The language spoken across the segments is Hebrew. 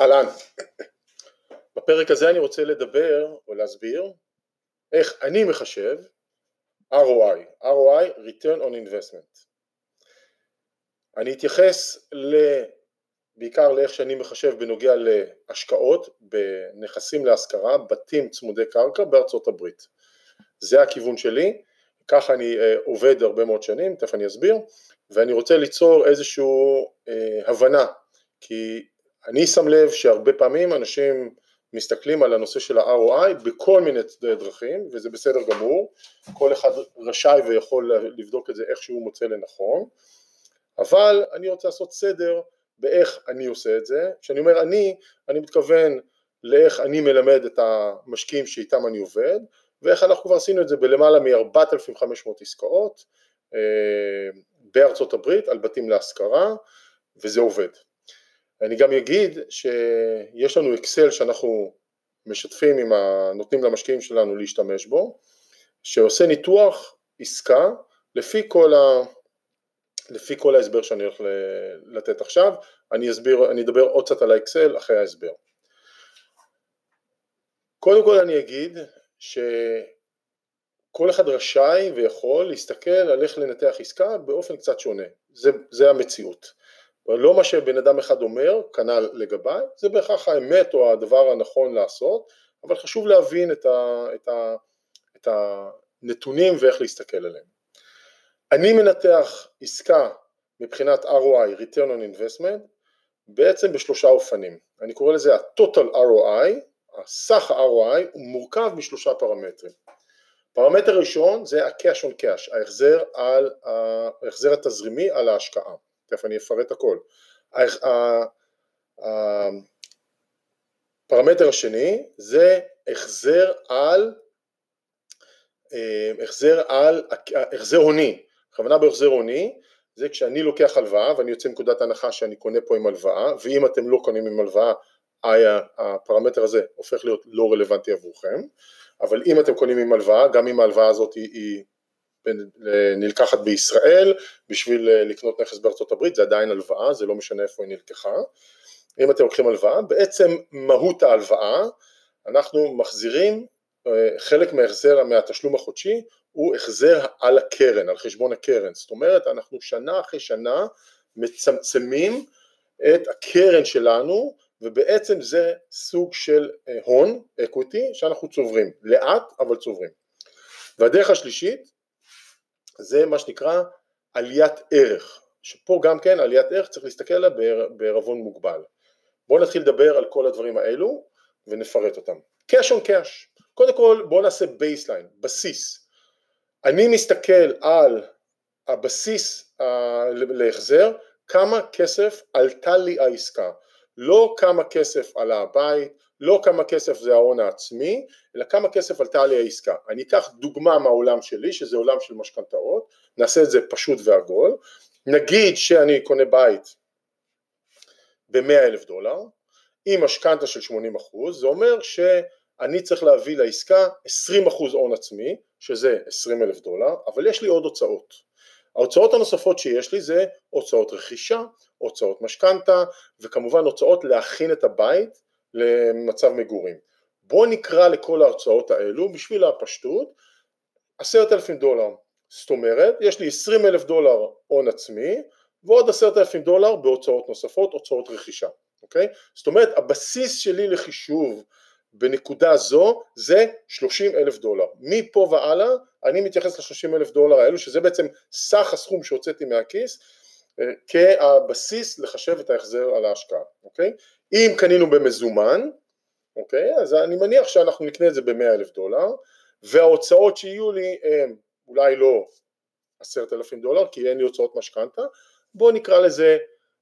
אהלן, בפרק הזה אני רוצה לדבר או להסביר איך אני מחשב ROI, Return on Investment. אני אתייחס בעיקר לאיך שאני מחשב בנוגע להשקעות בנכסים להשכרה, בתים צמודי קרקע בארצות הברית. זה הכיוון שלי, ככה אני עובד הרבה מאוד שנים, תכף אני אסביר, ואני רוצה ליצור איזושהי הבנה, כי אני שם לב שהרבה פעמים אנשים מסתכלים על הנושא של ה-ROI בכל מיני דרכים, וזה בסדר גמור, כל אחד רשאי ויכול לבדוק את זה איך שהוא מוצא לנכון, אבל אני רוצה לעשות סדר באיך אני עושה את זה. כשאני אומר אני מתכוון לאיך אני מלמד את המשקיעים שאיתם אני עובד, ואיך אנחנו כבר עשינו את זה בלמעלה מ-4,500 עסקאות בארצות הברית על בתים להשכרה, וזה עובד. אני גם אגיד שיש לנו אקסל שאנחנו משתפים נותנים למשקיעים שלנו להשתמש בו, שעושה ניתוח עסקה לפי כל ההסבר שאני הולך לתת עכשיו. אני אדבר עוד קצת על האקסל אחרי ההסבר. קודם כל אני אגיד שכל אחד רשאי ויכול להסתכל על איך לנתח עסקה באופן קצת שונה, זה המציאות. לא מה שבן אדם אחד אומר, כנ"ל לגביי, זה בהכרח האמת או הדבר הנכון לעשות, אבל חשוב להבין את הנתונים ואיך להסתכל עליהם. אני מנתח עסקה מבחינת ROI, Return on Investment, בעצם בשלושה אופנים. אני קורא לזה ה-Total ROI, הסך ה-ROI הוא מורכב משלושה פרמטרים. פרמטר ראשון זה ה-Cash on Cash, ההחזר התזרימי על ההשקעה. תכף אני אפרט הכל. הפרמטר השני זה החזר הוני. הכוונה בהחזר הוני זה כשאני לוקח הלוואה ואני יוצא מנקודת הנחה שאני קונה פה עם הלוואה, ואם אתם לא קונים עם הלוואה הפרמטר הזה הופך להיות לא רלוונטי עבורכם, אבל אם אתם קונים עם הלוואה, גם אם ההלוואה הזאת היא נלקחת בישראל בשביל לקנות נכס בארצות הברית, זה עדיין הלוואה, זה לא משנה איפה היא נלקחה. אם אתם לוקחים הלוואה, בעצם מהות ההלוואה, אנחנו מחזירים חלק מהתשלום החודשי, הוא החזר על הקרן, על חשבון הקרן. זאת אומרת, אנחנו שנה אחרי שנה מצמצמים את הקרן שלנו, ובעצם זה סוג של הון, אקוויטי, שאנחנו צוברים, לאט אבל צוברים. והדרך השלישית, זה מה שנקרא עליית ערך, שפה גם כן עליית ערך צריך להסתכל עליה בערבון מוגבל. בואו נתחיל לדבר על כל הדברים האלו ונפרט אותם. Cash on cash, קודם כל בואו נעשה בייסליין, בסיס. אני מסתכל על הבסיס להחזר, כמה כסף עלתה לי העסקה, לא כמה כסף עלה הבית, לא כמה כסף זה ההון העצמי, אלא כמה כסף עלתה לי העסקה. אני אקח דוגמה מהעולם שלי, שזה עולם של משכנתאות, נעשה את זה פשוט ועגול. נגיד שאני קונה בית ב$100,000, עם משכנתה של 80%, זה אומר שאני צריך להביא לעסקה 20% הון עצמי, שזה $20,000, אבל יש לי עוד הוצאות. ההוצאות הנוספות שיש לי זה הוצאות רכישה, הוצאות משכנתה, וכמובן הוצאות להכין את הבית למצב מגורים. בוא נקרא לכל ההוצאות האלו בשביל הפשטות $10,000. זאת אומרת, יש לי $20,000 הון עצמי ועוד $10,000 בהוצאות נוספות, הוצאות רכישה. אוקיי? זאת אומרת, הבסיס שלי לחישוב בנקודה זו זה $30,000. מפה והלאה אני מתייחס ל$30,000 האלו, שזה בעצם סך הסכום שהוצאתי מהכיס כבסיס לחשב את ההחזר על ההשקעה. אוקיי? אם קנינו במזומן, אוקיי, אז אני מניח שאנחנו נקנה את זה ב$100,000, וההוצאות שיהיו לי הם אולי לא $10,000, כי אין לי הוצאות משכנתה, בואו נקרא לזה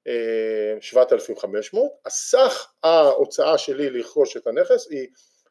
7,500, הסך ההוצאה שלי לרכוש את הנכס היא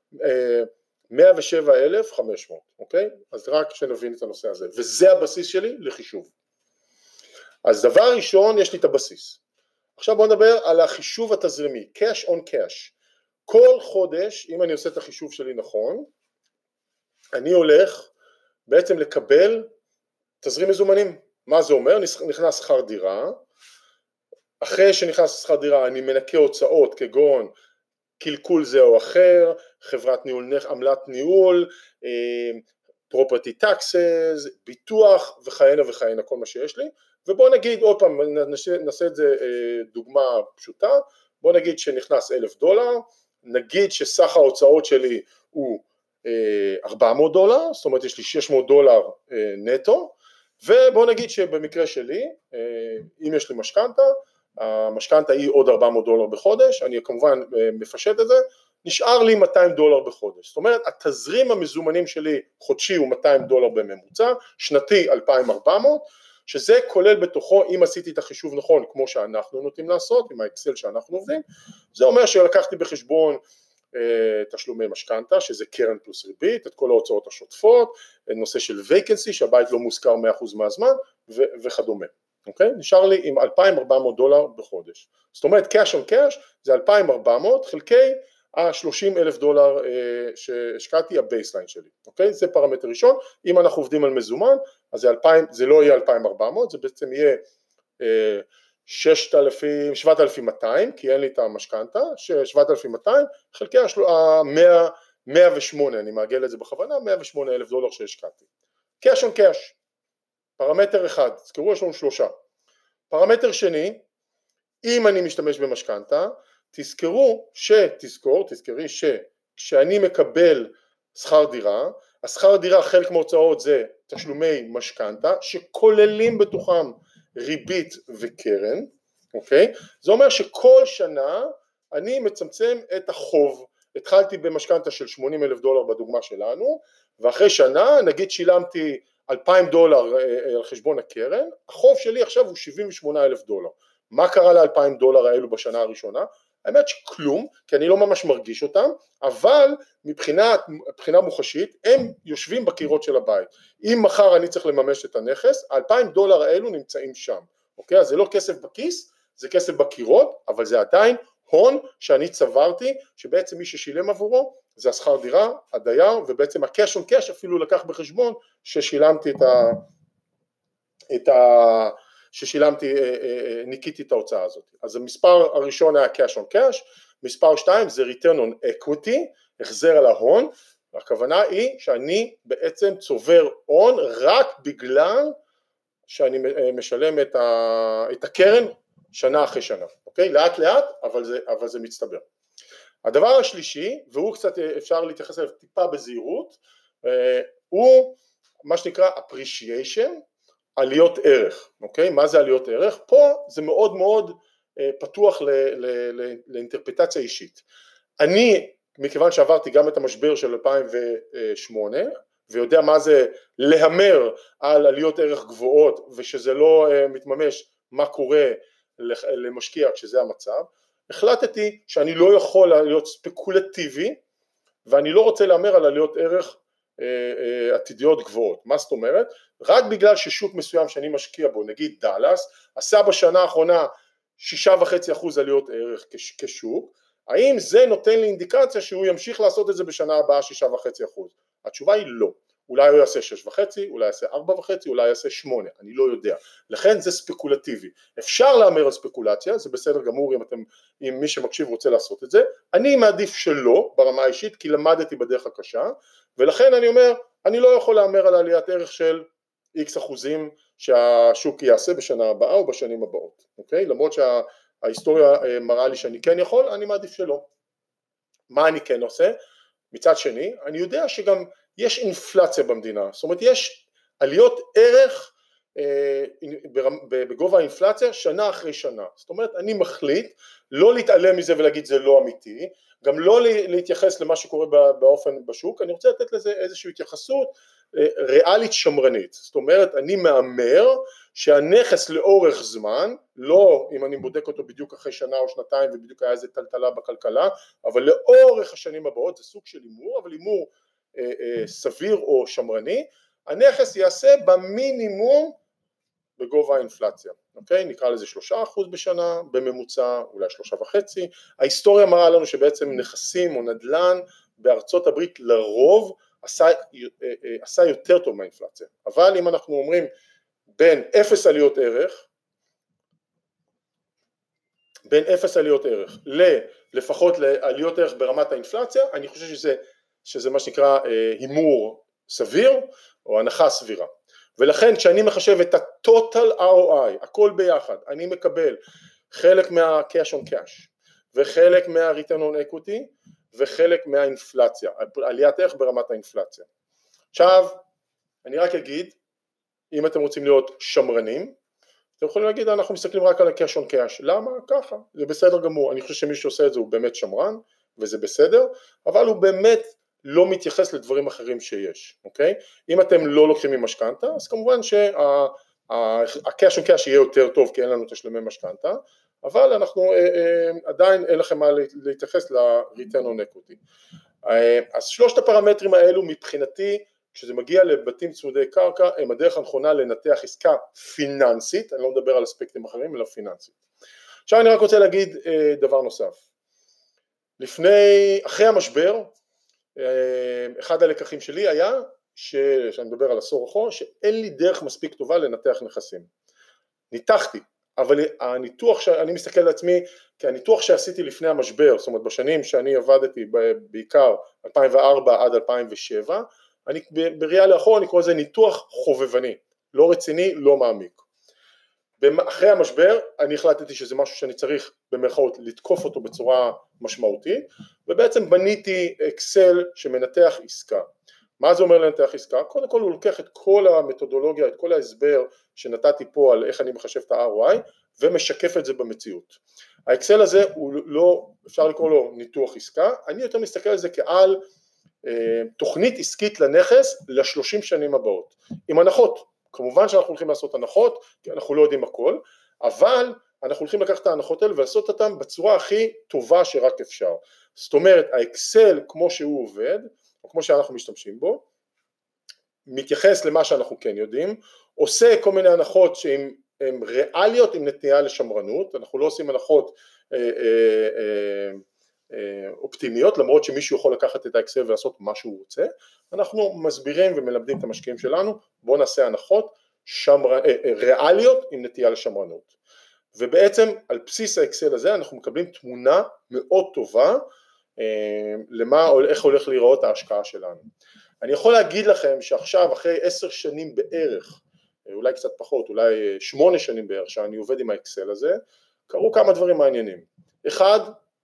107,500, אוקיי? אז רק שנבין את הנושא הזה, וזה הבסיס שלי לחישוב. אז דבר ראשון, יש לי את הבסיס. עכשיו בואו נדבר על החישוב התזרימי, cash on cash. כל חודש, אם אני עושה את החישוב שלי נכון, אני הולך בעצם לקבל תזרים מזומנים. מה זה אומר? נכנס שכר דירה, אחרי שנכנס שכר דירה אני מנקה הוצאות כגון קלקול זה או אחר, חברת ניהול, עמלת ניהול, property taxes, ביטוח וכהנה וכהנה, כל מה שיש לי. ובוא נגיד עוד פעם, נעשה את זה דוגמה פשוטה, בוא נגיד שנכנס $1,000, נגיד שסך ההוצאות שלי הוא $400, זאת אומרת יש לי $600 נטו, ובוא נגיד שבמקרה שלי, אם יש לי משכנתה, המשכנתה היא עוד $400 בחודש, אני כמובן מפשט את זה, נשאר לי $200 בחודש. זאת אומרת, התזרים המזומנים שלי חודשי הוא $200 בממוצע, שנתי 2,400, שזה כולל בתוכו, אם עשיתי את החישוב נכון, כמו שאנחנו נוטים לעשות, עם האקסל שאנחנו עובדים, זה אומר שלקחתי בחשבון תשלומי משכנתה, שזה קרן פלוס ריבית, את כל ההוצאות השוטפות, נושא של vacancy, שהבית לא מושכר 100% מהזמן, וכדומה. אוקיי? נשאר לי עם $2,400 בחודש. זאת אומרת, cash on cash זה 2,400 חלקי $30,000 שהשקעתי, הבייסליין שלי. אוקיי? זה פרמטר ראשון. אם אנחנו עובדים על מזומן, אז זה לא יהיה 2,400, זה בעצם יהיה 7,200, כי אין לי את המשכנתה, 7,200 חלקי 108, אני מעגל את זה בכוונה, $108,000 שהשקעתי. cash on cash. פרמטר אחד, תזכרו יש לנו 3. פרמטר שני, אם אני משתמש במשכנתה, תזכרי שכשאני מקבל שכר דירה, השכר דירה חלק מההוצאות זה תשלומי משכנתה, שכוללים בתוכם ריבית וקרן, אוקיי? זה אומר שכל שנה אני מצמצם את החוב, התחלתי במשכנתה של $80,000 בדוגמה שלנו, ואחרי שנה נגיד שילמתי $2,000 על חשבון הקרן, החוב שלי עכשיו הוא $78,000. מה קרה ל$2,000 האלו בשנה הראשונה? האמת שכלום, כי אני לא ממש מרגיש אותם, אבל מבחינה מוחשית הם יושבים בקירות של הבית. אם מחר אני צריך לממש את הנכס, $2,000 האלו נמצאים שם. אוקיי? אז זה לא כסף בכיס, זה כסף בקירות, אבל זה עדיין הון שאני צברתי, שבעצם מי ששילם עבורו זה השכר דירה, הדייר, ובעצם ה-cash on cash אפילו לקח בחשבון ששילמתי ניקיתי את ההוצאה הזאת. אז המספר הראשון היה cash on cash, מספר 2 זה return on equity, החזר על ההון, הכוונה היא שאני בעצם צובר הון רק בגלל שאני משלם את הקרן שנה אחרי שנה, אוקיי? לאט לאט, אבל זה מצטבר. הדבר השלישי, והוא קצת אפשר להתייחס אליו טיפה בזהירות, הוא מה שנקרא appreciation, עליות ערך, אוקיי? מה זה עליות ערך? פה זה מאוד מאוד פתוח לאינטרפטציה אישית. אני, מכיוון שעברתי גם את המשבר של 2008, ויודע מה זה להמר על עליות ערך גבוהות, ושזה לא מתממש מה קורה למשקיע כשזה המצב, החלטתי שאני לא יכול להיות ספקולטיבי, ואני לא רוצה להמר על עליות ערך עתידיות גבוהות. מה זאת אומרת? רק בגלל ששוק מסוים שאני משקיע בו, נגיד דלס, עשה בשנה האחרונה 6.5% עליות ערך כשוק, האם זה נותן לי אינדיקציה שהוא ימשיך לעשות את זה בשנה הבאה 6.5%? התשובה היא לא. אולי הוא יעשה 6.5, אולי יעשה 4.5, אולי יעשה 8, אני לא יודע. לכן זה ספקולטיבי. אפשר לאמר על ספקולציה, זה בסדר גמור אם מי שמקשיב רוצה לעשות את זה. אני מעדיף שלא ברמה האישית, כי למדתי בדרך הקשה, ולכן אני אומר, אני לא יכול לאמר על עליית ערך של X אחוזים שהשוק יעשה בשנה הבאה או בשנים הבאות. אוקיי? למרות שההיסטוריה מראה לי שאני כן יכול, אני מעדיף שלא. מה אני כן עושה? מצד שני, אני יודע שגם יש אינפלציה במדינה, זאת אומרת יש עליות ערך בגובה האינפלציה שנה אחרי שנה, זאת אומרת אני מחליט לא להתעלם מזה ולהגיד זה לא אמיתי, גם לא להתייחס למה שקורה באופן בשוק, אני רוצה לתת לזה איזושהי התייחסות ריאלית שמרנית, זאת אומרת אני מאמר שהנכס לאורך זמן, לא אם אני בודק אותו בדיוק אחרי שנה או שנתיים ובדיוק היה איזה טלטלה בכלכלה, אבל לאורך השנים הבאות זה סוג של הימור, אבל הימור סביר או שמרני, הנכס יעשה במינימום בגובה האינפלציה, אוקיי? נקרא לזה 3% בשנה בממוצע, אולי 3.5%, ההיסטוריה מראה לנו שבעצם נכסים או נדל"ן בארצות הברית לרוב עשה יותר טוב מהאינפלציה, אבל אם אנחנו אומרים בין 0 עליות ערך בין 0 עליות ערך לפחות לעליות ערך ברמת האינפלציה, אני חושב שזה מה שנקרא הימור סביר או הנחה סבירה. ולכן כשאני מחשב את ה-total ROI, הכל ביחד, אני מקבל חלק מה-cash on cash וחלק מה-return on equity וחלק מהאינפלציה, עליית ערך ברמת האינפלציה. עכשיו, אני רק אגיד, אם אתם רוצים להיות שמרנים, אתם יכולים להגיד, אנחנו מסתכלים רק על ה-cash on cash, למה? ככה, זה בסדר גמור, אני חושב שמי שעושה את זה הוא באמת שמרן, וזה בסדר, אבל הוא באמת לא מתייחס לדברים אחרים שיש, אוקיי? אם אתם לא לוקחים ממשכנתה, אז כמובן שה-cash on cash יהיה יותר טוב, כי אין לנו תשלומי משכנתה, אבל אנחנו עדיין אין לכם מה להתייחס ל-return on equity. אז שלושת הפרמטרים האלו מבחינתי, כשזה מגיע לבתים צמודי קרקע, הם הדרך הנכונה לנתח עסקה פיננסית, אני לא מדבר על אספקטים אחרים, אלא פיננסית. עכשיו אני רק רוצה להגיד דבר נוסף. אחרי המשבר, אחד הלקחים שלי היה, שאני מדבר על עשור אחורה, שאין לי דרך מספיק טובה לנתח נכסים. ניתחתי, אבל הניתוח אני מסתכל על עצמי, כי הניתוח שעשיתי לפני המשבר, זאת אומרת בשנים שאני עבדתי בעיקר 2004 עד 2007, בראייה לאחור אני קורא לזה ניתוח חובבני, לא רציני, לא מעמיק. אחרי המשבר אני החלטתי שזה משהו שאני צריך במרכאות לתקוף אותו בצורה משמעותית, ובעצם בניתי אקסל שמנתח עסקה. מה זה אומר לנתח עסקה? קודם כל הוא לוקח את כל המתודולוגיה, את כל ההסבר שנתתי פה על איך אני מחשב את ה-ROI, ומשקף את זה במציאות. האקסל הזה הוא לא, אפשר לקרוא לו ניתוח עסקה, אני יותר מסתכל על זה כעל תוכנית עסקית לנכס ל-30 שנים הבאות, עם הנחות. כמובן שאנחנו הולכים לעשות הנחות, כי אנחנו לא יודעים הכל, אבל אנחנו הולכים לקחת את ההנחות האלה ולעשות אותן בצורה הכי טובה שרק אפשר. זאת אומרת, האקסל כמו שהוא עובד, או כמו שאנחנו משתמשים בו, מתייחס למה שאנחנו כן יודעים, עושה כל מיני הנחות שהן ריאליות עם נטייה לשמרנות, אנחנו לא עושים הנחות אופטימיות, למרות שמישהו יכול לקחת את האקסל ולעשות מה שהוא רוצה, אנחנו מסבירים ומלמדים את המשקיעים שלנו, בואו נעשה הנחות ריאליות עם נטייה לשמרנות. ובעצם על בסיס האקסל הזה אנחנו מקבלים תמונה מאוד טובה, איך הולך להיראות ההשקעה שלנו. אני יכול להגיד לכם שעכשיו אחרי 10 שנים בערך, אולי קצת פחות, אולי 8 שנים בערך שאני עובד עם האקסל הזה, קרו כמה דברים מעניינים. אחד,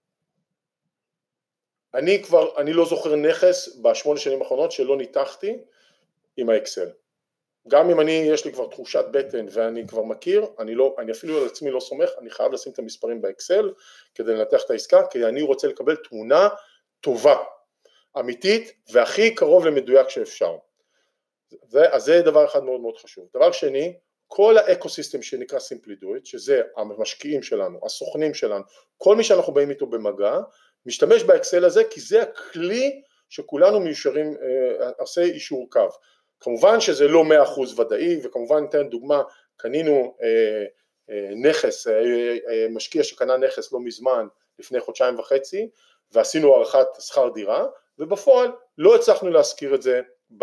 אני לא זוכר נכס ב8 שנים האחרונות שלא ניתחתי עם האקסל. גם אם יש לי כבר תחושת בטן ואני כבר מכיר, אני אפילו על עצמי לא סומך, אני חייב לשים את המספרים באקסל כדי לנתח את העסקה, כי אני רוצה לקבל תמונה טובה, אמיתית והכי קרוב למדויק שאפשר. אז זה דבר אחד מאוד מאוד חשוב. דבר שני, כל האקוסיסטם שנקרא Simply Do It, שזה המשקיעים שלנו, הסוכנים שלנו, כל מי שאנחנו באים איתו במגע, משתמש באקסל הזה כי זה הכלי שכולנו מיושרים, עושה אישור קו. כמובן שזה לא 100% ודאי, וכמובן ניתן דוגמה, קנינו נכס, משקיע שקנה נכס לא מזמן, לפני 1.5 חודשים, ועשינו הערכת שכר דירה, ובפועל לא הצלחנו להזכיר את זה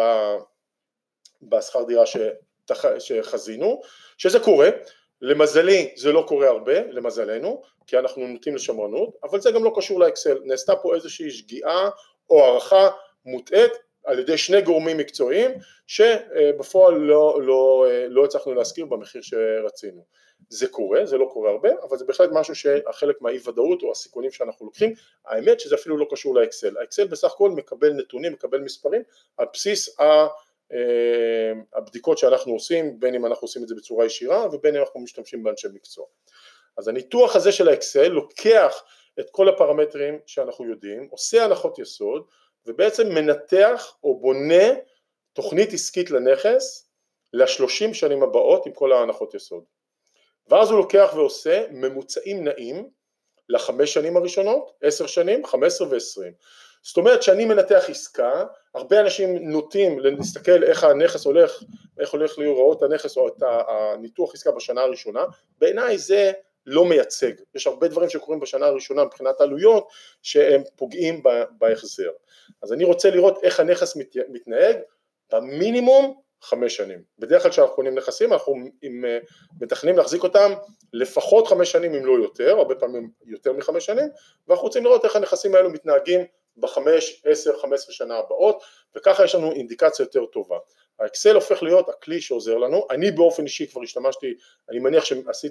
בשכר דירה שחזינו, שזה קורה, למזלי זה לא קורה הרבה, למזלנו, כי אנחנו נוטים לשמרנות, אבל זה גם לא קשור לאקסל, נעשתה פה איזושהי שגיאה או הערכה מוטעית, על ידי 2 גורמים מקצועיים שבפועל לא הצלחנו להזכיר במחיר שרצינו. זה קורה, זה לא קורה הרבה, אבל זה בהחלט משהו שהחלק מהאי ודאות או הסיכונים שאנחנו לוקחים, האמת שזה אפילו לא קשור לאקסל. האקסל בסך הכל מקבל נתונים, מקבל מספרים על בסיס הבדיקות שאנחנו עושים, בין אם אנחנו עושים את זה בצורה ישירה ובין אם אנחנו משתמשים באנשי מקצוע. אז הניתוח הזה של האקסל לוקח את כל הפרמטרים שאנחנו יודעים, עושה הנחות יסוד, ובעצם מנתח או בונה תוכנית עסקית לנכס ל-30 שנים הבאות עם כל ההנחות יסוד. ואז הוא לוקח ועושה ממוצעים נעים ל5 שנים הראשונות, 10 שנים, 15 ו-20. זאת אומרת שאני מנתח עסקה, הרבה אנשים נוטים להסתכל איך הנכס הולך, איך הולך להיראות הנכס או את הניתוח עסקה בשנה הראשונה, בעיניי זה לא מייצג, יש הרבה דברים שקורים בשנה הראשונה מבחינת עלויות שהם פוגעים בהחזר. אז אני רוצה לראות איך הנכס מתנהג במינימום 5 שנים. בדרך כלל כשאנחנו קונים נכסים, אנחנו מתכננים להחזיק אותם לפחות 5 שנים אם לא יותר, הרבה פעמים יותר מ5 שנים, ואנחנו רוצים לראות איך הנכסים האלו מתנהגים ב5, 10, 15 שנה הבאות, וככה יש לנו אינדיקציה יותר טובה. האקסל הופך להיות הכלי שעוזר לנו, אני באופן אישי כבר השתמשתי, אני מניח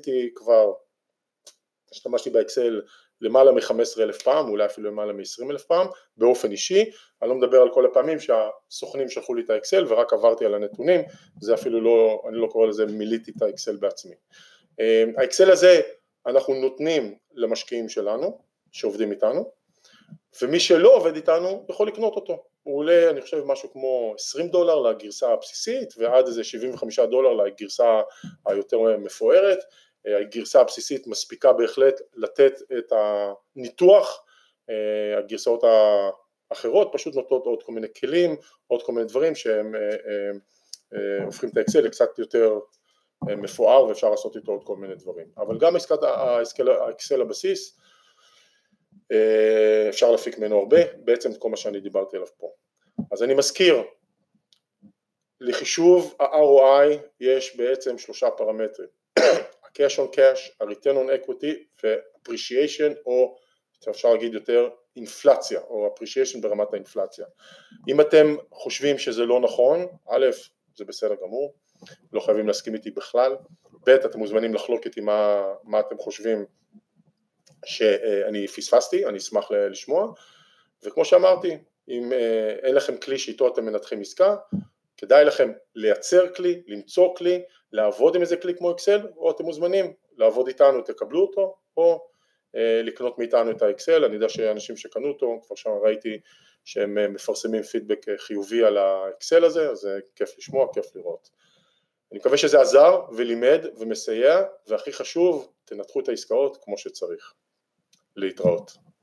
השתמשתי באקסל למעלה מ-15,000 פעם, אולי אפילו למעלה מ-20,000 פעם, באופן אישי, אני לא מדבר על כל הפעמים שהסוכנים שלחו לי את האקסל ורק עברתי על הנתונים, זה אפילו לא, אני לא קורא לזה מיליתי את האקסל בעצמי. האקסל הזה אנחנו נותנים למשקיעים שלנו, שעובדים איתנו, ומי שלא עובד איתנו יכול לקנות אותו, הוא עולה אני חושב משהו כמו $20 לגרסה הבסיסית, ועד איזה $75 לגרסה היותר מפוארת, הגרסה הבסיסית מספיקה בהחלט לתת את הניתוח, הגרסאות האחרות פשוט נותנות עוד כל מיני כלים, עוד כל מיני דברים שהם הופכים את האקסל לקצת יותר מפואר ואפשר לעשות איתו עוד כל מיני דברים, אבל גם האקסל הבסיס אפשר להפיק ממנו הרבה, בעצם כל מה שאני דיברתי עליו פה. אז אני מזכיר, לחישוב ה-ROI יש בעצם 3 פרמטרים, ה-cash on cash, ה-return on equity ו-appreciation, או אפשר להגיד יותר אינפלציה, או appreciation ברמת האינפלציה. אם אתם חושבים שזה לא נכון, א', זה בסדר גמור, לא חייבים להסכים איתי בכלל, ב', אתם מוזמנים לחלוק איתי מה אתם חושבים שאני פספסתי, אני אשמח לשמוע, וכמו שאמרתי, אם אין לכם כלי שאיתו אתם מנתחים עסקה, כדאי לכם לייצר כלי, למצוא כלי, לעבוד עם איזה כלי כמו אקסל, או אתם מוזמנים לעבוד איתנו, תקבלו אותו, או לקנות מאיתנו את האקסל. אני יודע שאנשים שקנו אותו, כבר שם ראיתי שהם מפרסמים פידבק חיובי על האקסל הזה, אז זה כיף לשמוע, כיף לראות. אני מקווה שזה עזר ולימד ומסייע, והכי חשוב, תנתחו את העסקאות כמו שצריך. להתראות.